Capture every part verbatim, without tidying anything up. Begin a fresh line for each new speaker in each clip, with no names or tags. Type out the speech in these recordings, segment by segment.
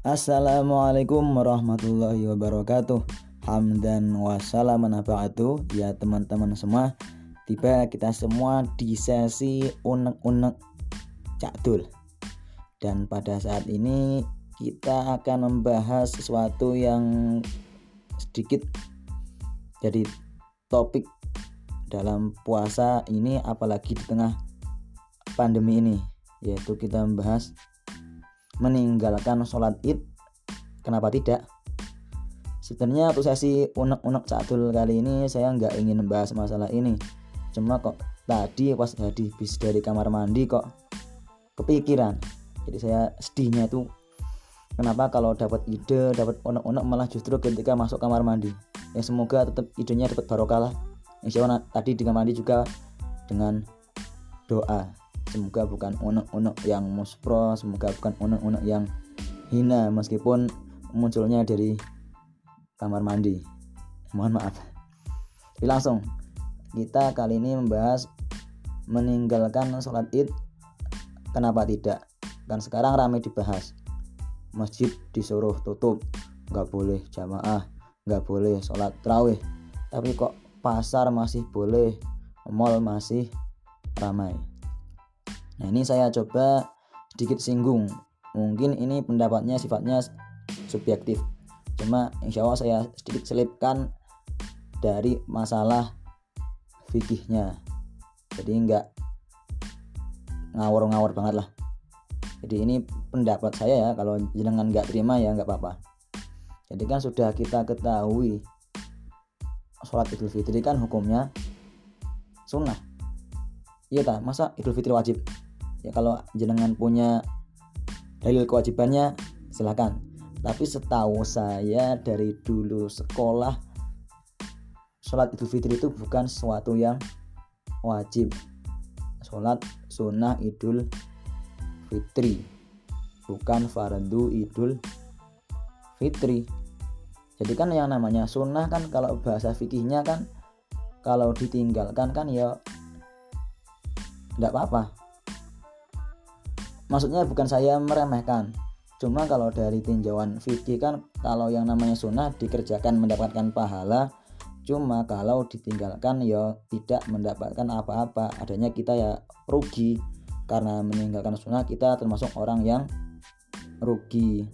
Assalamualaikum warahmatullahi wabarakatuh. Hamdan wa salaman ba'du. Ya teman-teman semua, tiba kita semua di sesi unek-unek Cakdul. Dan pada saat ini kita akan membahas sesuatu yang sedikit jadi topik dalam puasa ini, apalagi di tengah pandemi ini, yaitu kita membahas meninggalkan sholat id, kenapa tidak? Sebenarnya untuk sesi unek-unek Cakdul kali ini saya nggak ingin membahas masalah ini. Cuma kok tadi pas habis dari kamar mandi kok kepikiran. Jadi saya sedihnya itu kenapa kalau dapat ide, dapat unek-unek malah justru ketika masuk kamar mandi. Ya semoga tetap idenya dapat barokah lah. Insya Allah tadi di kamar mandi juga dengan doa. Semoga bukan unek-unek yang muspro, semoga bukan unek-unek yang hina meskipun munculnya dari kamar mandi. Mohon maaf. Jadi langsung kita kali ini membahas meninggalkan sholat id, kenapa tidak? Kan sekarang ramai dibahas. Masjid disuruh tutup, nggak boleh jamaah, nggak boleh sholat tarawih. Tapi kok pasar masih boleh, mall masih ramai. Nah ini saya coba sedikit singgung. Mungkin ini pendapatnya sifatnya subjektif, cuma insya Allah saya sedikit selipkan dari masalah fikihnya. Jadi enggak ngawur-ngawur banget lah. Jadi ini pendapat saya ya, kalau jenengan enggak terima ya enggak apa-apa. Jadi kan sudah kita ketahui sholat Idul Fitri kan hukumnya sunnah. Iya tak, masa Idul Fitri wajib? Ya kalau jenengan punya dalil kewajibannya silakan. Tapi setahu saya dari dulu sekolah, sholat Idul Fitri itu bukan sesuatu yang wajib. Sholat sunnah Idul Fitri, bukan fardu Idul Fitri. Jadi kan yang namanya sunnah kan kalau bahasa fikihnya kan kalau ditinggalkan kan ya tidak apa-apa. Maksudnya bukan saya meremehkan, cuma kalau dari tinjauan fikih kan kalau yang namanya sunnah dikerjakan mendapatkan pahala, cuma kalau ditinggalkan ya tidak mendapatkan apa-apa. Adanya kita ya rugi, karena meninggalkan sunnah kita termasuk orang yang rugi.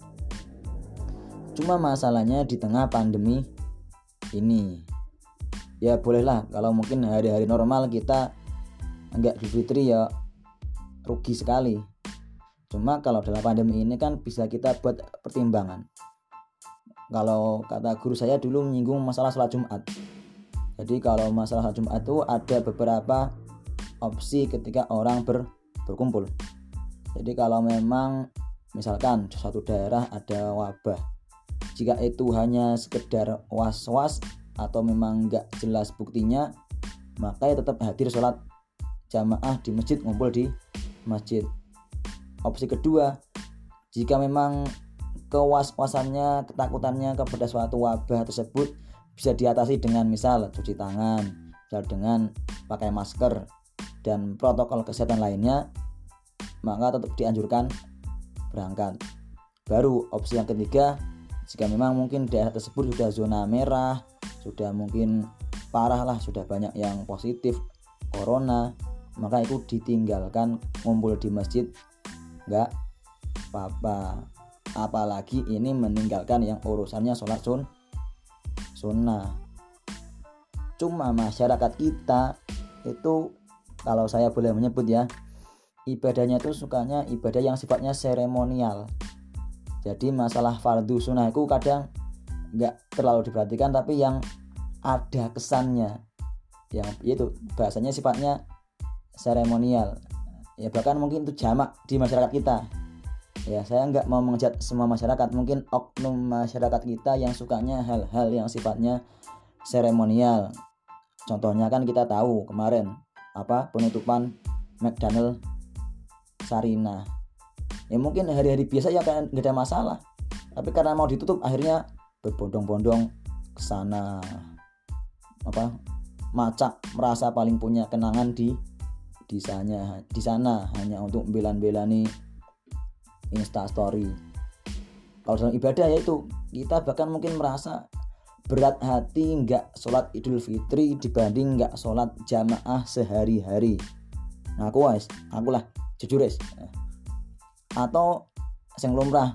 Cuma masalahnya di tengah pandemi ini ya bolehlah, kalau mungkin hari-hari normal kita enggak di Fitri ya rugi sekali. Cuma kalau dalam pandemi ini kan bisa kita buat pertimbangan. Kalau kata guru saya dulu menyinggung masalah sholat Jumat. Jadi kalau masalah sholat Jumat itu ada beberapa opsi ketika orang ber, berkumpul. Jadi kalau memang misalkan di suatu daerah ada wabah, jika itu hanya sekedar was-was atau memang nggak jelas buktinya, maka ya tetap hadir sholat jamaah di masjid, ngumpul di masjid. Opsi kedua, jika memang kewas-wasannya, ketakutannya kepada suatu wabah tersebut bisa diatasi dengan misal cuci tangan, misal dengan pakai masker dan protokol kesehatan lainnya, maka tetap dianjurkan berangkat. Baru opsi yang ketiga, jika memang mungkin daerah tersebut sudah zona merah, sudah mungkin parah lah, sudah banyak yang positif corona, maka itu ditinggalkan ngumpul di masjid, enggak apa-apa. Apalagi ini meninggalkan yang urusannya sholat sun sunnah. Cuma masyarakat kita itu, kalau saya boleh menyebut ya, ibadahnya itu sukanya ibadah yang sifatnya seremonial. Jadi masalah fardu sunnah itu kadang enggak terlalu diperhatikan, tapi yang ada kesannya, yang itu bahasanya sifatnya seremonial. Ya bahkan mungkin itu jamak di masyarakat kita. Ya saya nggak mau mengejat semua masyarakat, mungkin oknum masyarakat kita yang sukanya hal-hal yang sifatnya seremonial. Contohnya kan kita tahu kemarin apa penutupan McDonald Sarina. Ya mungkin hari-hari biasa ya kan nggak ada masalah, tapi karena mau ditutup akhirnya berbondong-bondong ke sana, apa macak merasa paling punya kenangan di di sana di sana hanya untuk belan-belani Insta story. Kalau dalam ibadah ya itu kita bahkan mungkin merasa berat hati nggak sholat Idul Fitri dibanding nggak sholat jamaah sehari-hari. Nah aku wes, aku lah jujur wes. Atau sing lumrah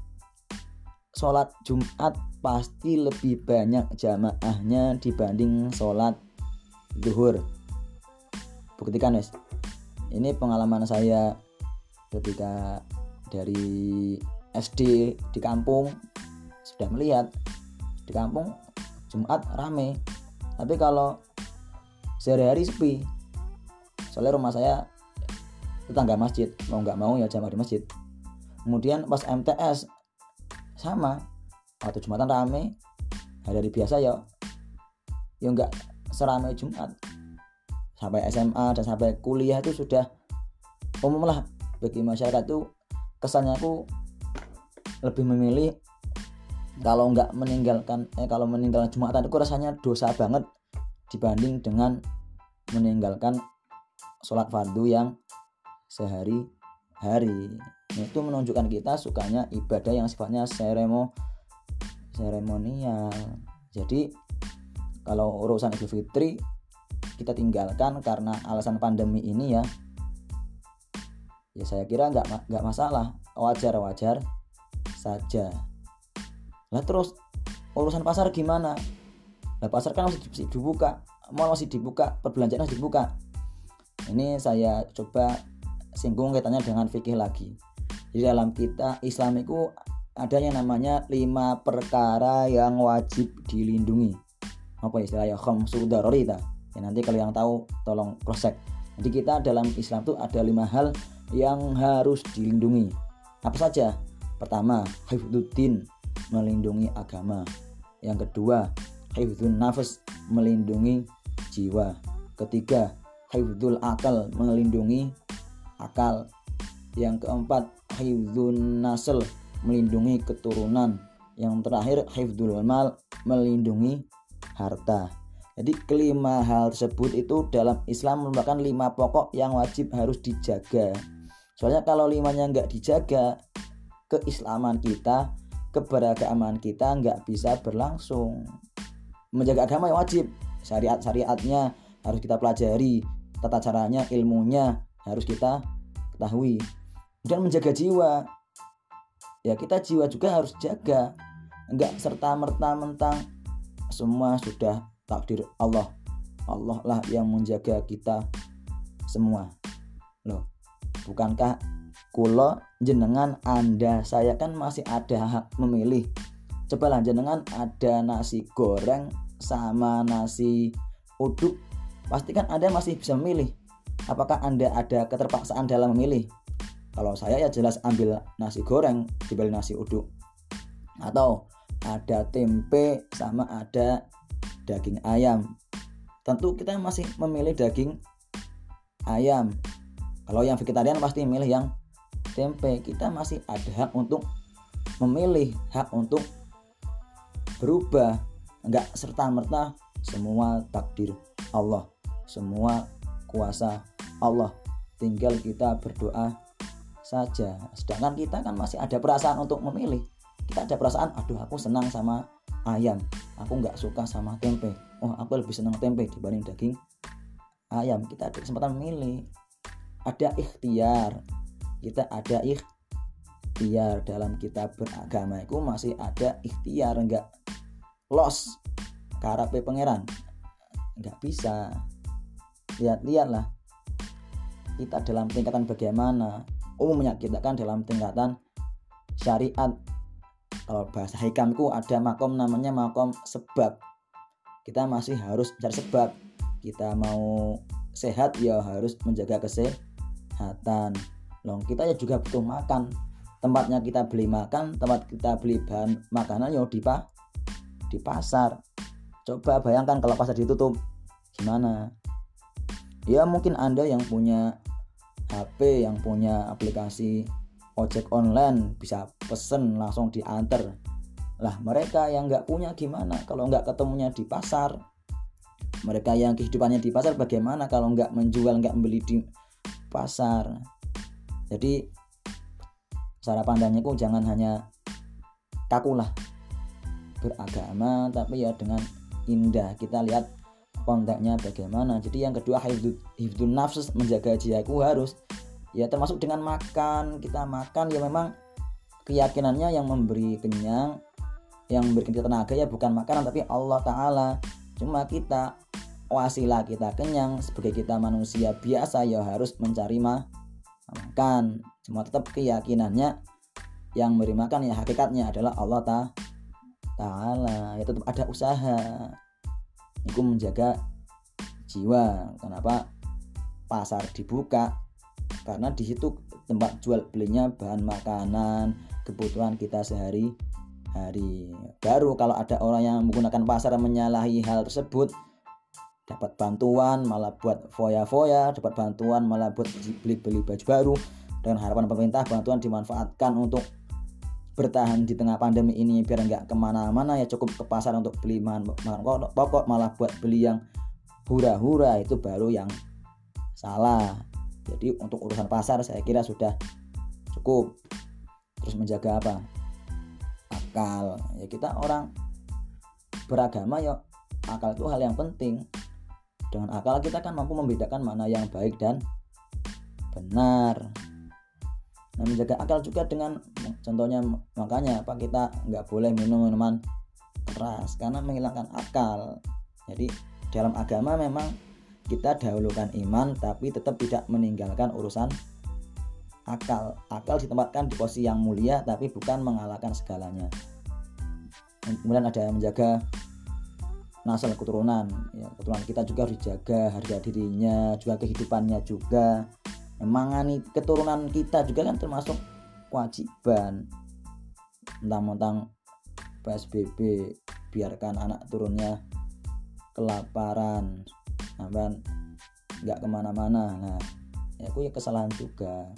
sholat Jumat pasti lebih banyak jamaahnya dibanding sholat zuhur. Buktikan wes. Ini pengalaman saya ketika dari S D di kampung sudah melihat di kampung Jumat rame, tapi kalau sehari-hari sepi. Soalnya rumah saya tetangga masjid, mau nggak mau ya jamaah di masjid. Kemudian pas M T S sama, waktu Jumatan rame, hari-hari biasa ya ya nggak seramai Jumat. Sampai S M A dan sampai kuliah itu sudah umum lah bagi masyarakat itu, kesannya aku lebih memilih kalau nggak meninggalkan eh kalau meninggalkan Jumatan itu rasanya dosa banget dibanding dengan meninggalkan sholat fardu yang sehari-hari. Nah, itu menunjukkan kita sukanya ibadah yang sifatnya seremo seremonial. Jadi kalau urusan Idul Fitri kita tinggalkan karena alasan pandemi ini ya ya saya kira nggak nggak masalah, wajar-wajar saja. Lah terus urusan pasar gimana? Lah pasar kan masih dibuka, mal masih dibuka, perbelanjaan masih dibuka. Ini saya coba singgung kaitannya dengan fikih lagi. Di dalam kita Islam itu ada yang namanya lima perkara yang wajib dilindungi. Apa istilahnya? Khamsu darurita. Ya nanti kalau yang tahu tolong cross check. Jadi kita dalam Islam itu ada lima hal yang harus dilindungi. Apa saja? Pertama, hifdzuddin, melindungi agama. Yang kedua, hifdzun nafs, melindungi jiwa. Ketiga, hifdzul akal, melindungi akal. Yang keempat, hifdzun nasl, melindungi keturunan. Yang terakhir, hifdzul mal, melindungi harta. Jadi kelima hal tersebut itu dalam Islam merupakan lima pokok yang wajib harus dijaga. Soalnya kalau limanya nggak dijaga, keislaman kita, keberagaman kita nggak bisa berlangsung. Menjaga agama yang wajib, syariat-syariatnya harus kita pelajari, tata caranya, ilmunya harus kita ketahui. Dan menjaga jiwa, ya kita jiwa juga harus jaga. Nggak serta-merta mentang semua sudah takdir Allah. Allah lah yang menjaga kita semua. Loh, bukankah kula jenengan Anda saya kan masih ada hak memilih. Cobalah jenengan ada nasi goreng sama nasi uduk, pastikan Anda masih bisa memilih. Apakah Anda ada keterpaksaan dalam memilih? Kalau saya ya jelas ambil nasi goreng dibanding nasi uduk. Atau ada tempe sama ada daging ayam, tentu kita masih memilih daging ayam. Kalau yang vegetarian pasti memilih yang tempe. Kita masih ada hak untuk memilih, hak untuk berubah. Enggak serta-merta semua takdir Allah, semua kuasa Allah, tinggal kita berdoa saja. Sedangkan kita kan masih ada perasaan untuk memilih. Kita ada perasaan, aduh aku senang sama ayam, aku nggak suka sama tempe. Oh, aku lebih senang tempe dibanding daging ayam. Kita ada kesempatan memilih, ada ikhtiar. Kita ada ikhtiar dalam kita beragama itu masih ada ikhtiar, nggak los karepe pangeran, nggak bisa. Lihat-lihatlah kita dalam tingkatan bagaimana. Umumnya kita kan dalam tingkatan syariat. Kalau bahasa hikamku ada makom namanya makom sebab. Kita masih harus mencari sebab. Kita mau sehat ya harus menjaga kesehatan. Loh, kita ya juga butuh makan. Tempatnya kita beli makan, tempat kita beli bahan makanan ya di, pa, di pasar. Coba bayangkan kalau pasar ditutup, gimana? Ya mungkin Anda yang punya H P, yang punya aplikasi ojek online bisa pesen langsung diantar. Lah mereka yang nggak punya gimana kalau nggak ketemunya di pasar? Mereka yang kehidupannya di pasar bagaimana kalau nggak menjual, nggak membeli di pasar? Jadi cara pandangnya kok jangan hanya kakulah beragama, tapi ya dengan indah. Kita lihat konteksnya bagaimana. Jadi yang kedua, hifdzun nafs, menjaga jiwaku harus ya termasuk dengan makan. Kita makan ya memang keyakinannya yang memberi kenyang, yang memberi kita tenaga ya bukan makanan tapi Allah Ta'ala. Cuma kita wasilah kita kenyang, sebagai kita manusia biasa ya harus mencari ma- makan. Cuma tetap keyakinannya yang memberi makan ya hakikatnya adalah Allah Ta- Ta'ala. Ya tetap ada usaha. Itu menjaga jiwa. Kenapa pasar dibuka? Karena di situ tempat jual belinya bahan makanan, kebutuhan kita sehari-hari. Baru kalau ada orang yang menggunakan pasar menyalahi hal tersebut, dapat bantuan malah buat foya-foya, dapat bantuan malah buat beli-beli baju baru, dengan harapan pemerintah bantuan dimanfaatkan untuk bertahan di tengah pandemi ini biar nggak kemana-mana, ya cukup ke pasar untuk beli bahan pokok, malah buat beli yang hura-hura, itu baru yang salah. Jadi untuk urusan pasar saya kira sudah cukup. Terus menjaga apa? Akal. Ya kita orang beragama ya akal itu hal yang penting. Dengan akal kita kan mampu membedakan mana yang baik dan benar. Nah, menjaga akal juga dengan contohnya, makanya apa, kita nggak boleh minum minuman keras karena menghilangkan akal. Jadi dalam agama memang kita dahulukan iman tapi tetap tidak meninggalkan urusan akal. Akal ditempatkan di posisi yang mulia tapi bukan mengalahkan segalanya. Kemudian ada yang menjaga nasal keturunan. Ya, keturunan kita juga harus dijaga, harga dirinya, juga kehidupannya juga. Memang nih keturunan kita juga kan termasuk kewajiban. Mentang-mentang P S B B biarkan anak turunnya kelaparan, sampai nggak kemana-mana. Nah, ya aku ya kesalahan juga.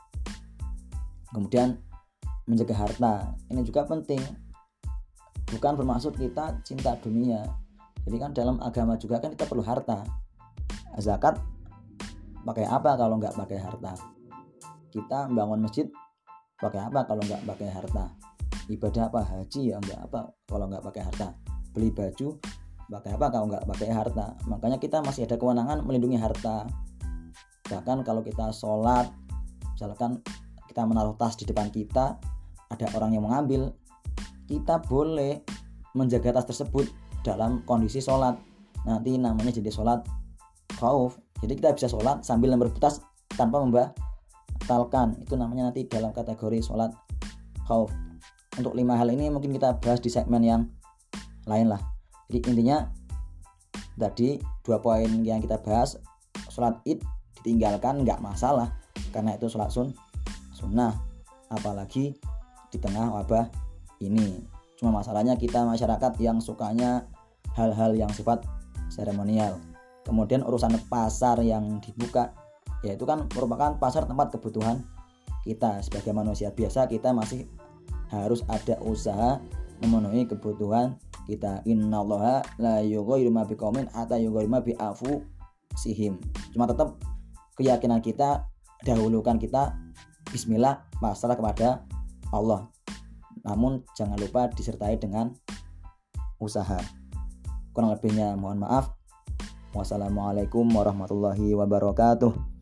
Kemudian menjaga harta, ini juga penting. Bukan bermaksud kita cinta dunia. Jadi kan dalam agama juga kan kita perlu harta. Zakat pakai apa kalau nggak pakai harta? Kita bangun masjid pakai apa kalau nggak pakai harta? Ibadah apa? Haji ya nggak apa kalau nggak pakai harta. Beli baju pakai apa kalau nggak pakai harta? Makanya kita masih ada kewenangan melindungi harta. Bahkan kalau kita sholat, misalkan kita menaruh tas di depan kita, ada orang yang mengambil, kita boleh menjaga tas tersebut dalam kondisi sholat. Nanti namanya jadi sholat khauf. Jadi kita bisa sholat sambil merebut tas tanpa membatalkan. Itu namanya nanti dalam kategori sholat khauf. Untuk lima hal ini mungkin kita bahas di segmen yang lain lah. Jadi intinya tadi dua poin yang kita bahas, sholat id ditinggalkan nggak masalah karena itu sholat sun sunnah, apalagi di tengah wabah ini. Cuma masalahnya kita masyarakat yang sukanya hal-hal yang sifat seremonial. Kemudian urusan pasar yang dibuka, yaitu kan merupakan pasar tempat kebutuhan kita sebagai manusia biasa. Kita masih harus ada usaha memenuhi kebutuhan kita. Innallaha la yughayyiru ma biqaumin hatta yughayyiru ma bi anfusihim. Cuma tetap keyakinan kita, dahulukan kita bismillah, pasrah kepada Allah. Namun jangan lupa disertai dengan usaha. Kurang lebihnya mohon maaf. Wassalamualaikum warahmatullahi wabarakatuh.